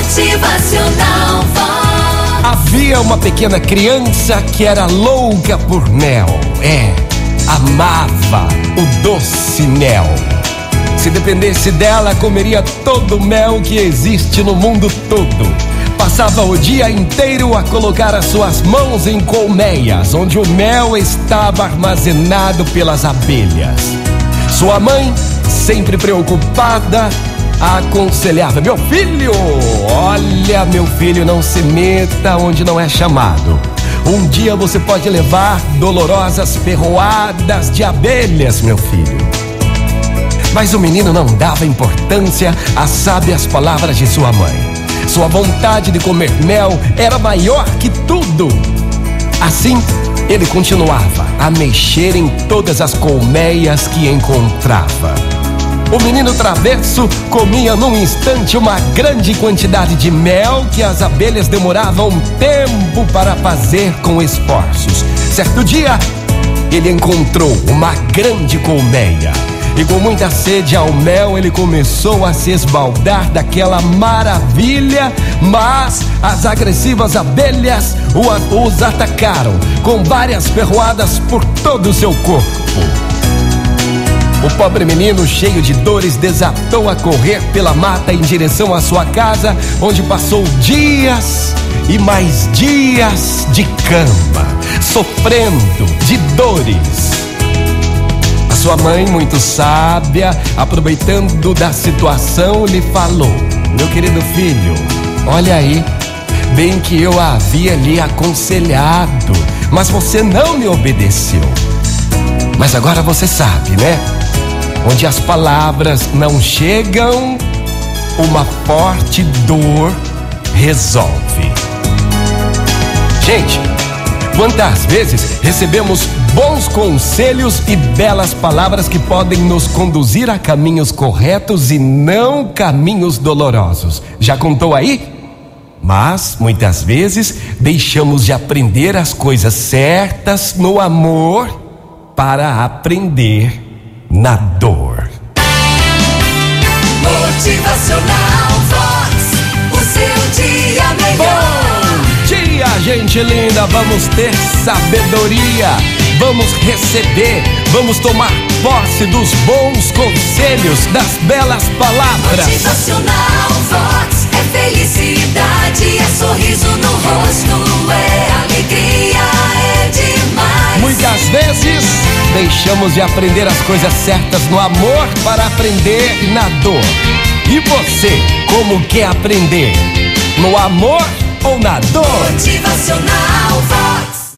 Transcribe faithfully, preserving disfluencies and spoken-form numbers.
Motivacional Vox. Havia uma pequena criança que era louca por mel. É, amava o doce mel. Se dependesse dela, comeria todo o mel que existe no mundo todo. Passava o dia inteiro a colocar as suas mãos em colmeias, onde o mel estava armazenado pelas abelhas. Sua mãe, sempre preocupada, a aconselhava: meu filho, olha, meu filho, não se meta onde não é chamado. Um dia você pode levar dolorosas ferroadas de abelhas, meu filho. Mas o menino não dava importância às sábias palavras de sua mãe. Sua vontade de comer mel era maior que tudo. Assim, ele continuava a mexer em todas as colmeias que encontrava. O menino travesso comia num instante uma grande quantidade de mel que as abelhas demoravam tempo para fazer com esforços. Certo dia, ele encontrou uma grande colmeia. E com muita sede ao mel, ele começou a se esbaldar daquela maravilha, mas as agressivas abelhas o, os atacaram com várias ferroadas por todo o seu corpo. O pobre menino, cheio de dores, desatou a correr pela mata em direção à sua casa, onde passou dias e mais dias de cama, sofrendo de dores. Sua mãe, muito sábia, aproveitando da situação, lhe falou: meu querido filho, olha aí, bem que eu havia lhe aconselhado, mas você não me obedeceu. Mas agora você sabe, né? Onde as palavras não chegam, uma forte dor resolve. Gente, quantas vezes recebemos bons conselhos e belas palavras que podem nos conduzir a caminhos corretos e não caminhos dolorosos. Já contou aí? Mas, muitas vezes, deixamos de aprender as coisas certas no amor para aprender na dor. Motivacional Vox, o seu dia melhor. Bom dia, gente linda, vamos ter sabedoria, vamos receber, vamos tomar posse dos bons conselhos, das belas palavras. Motivacional Vox é felicidade, é sorriso no rosto, é alegria, é demais. Muitas vezes deixamos de aprender as coisas certas no amor para aprender na dor. E você, como quer aprender? No amor ou na dor? Motivacional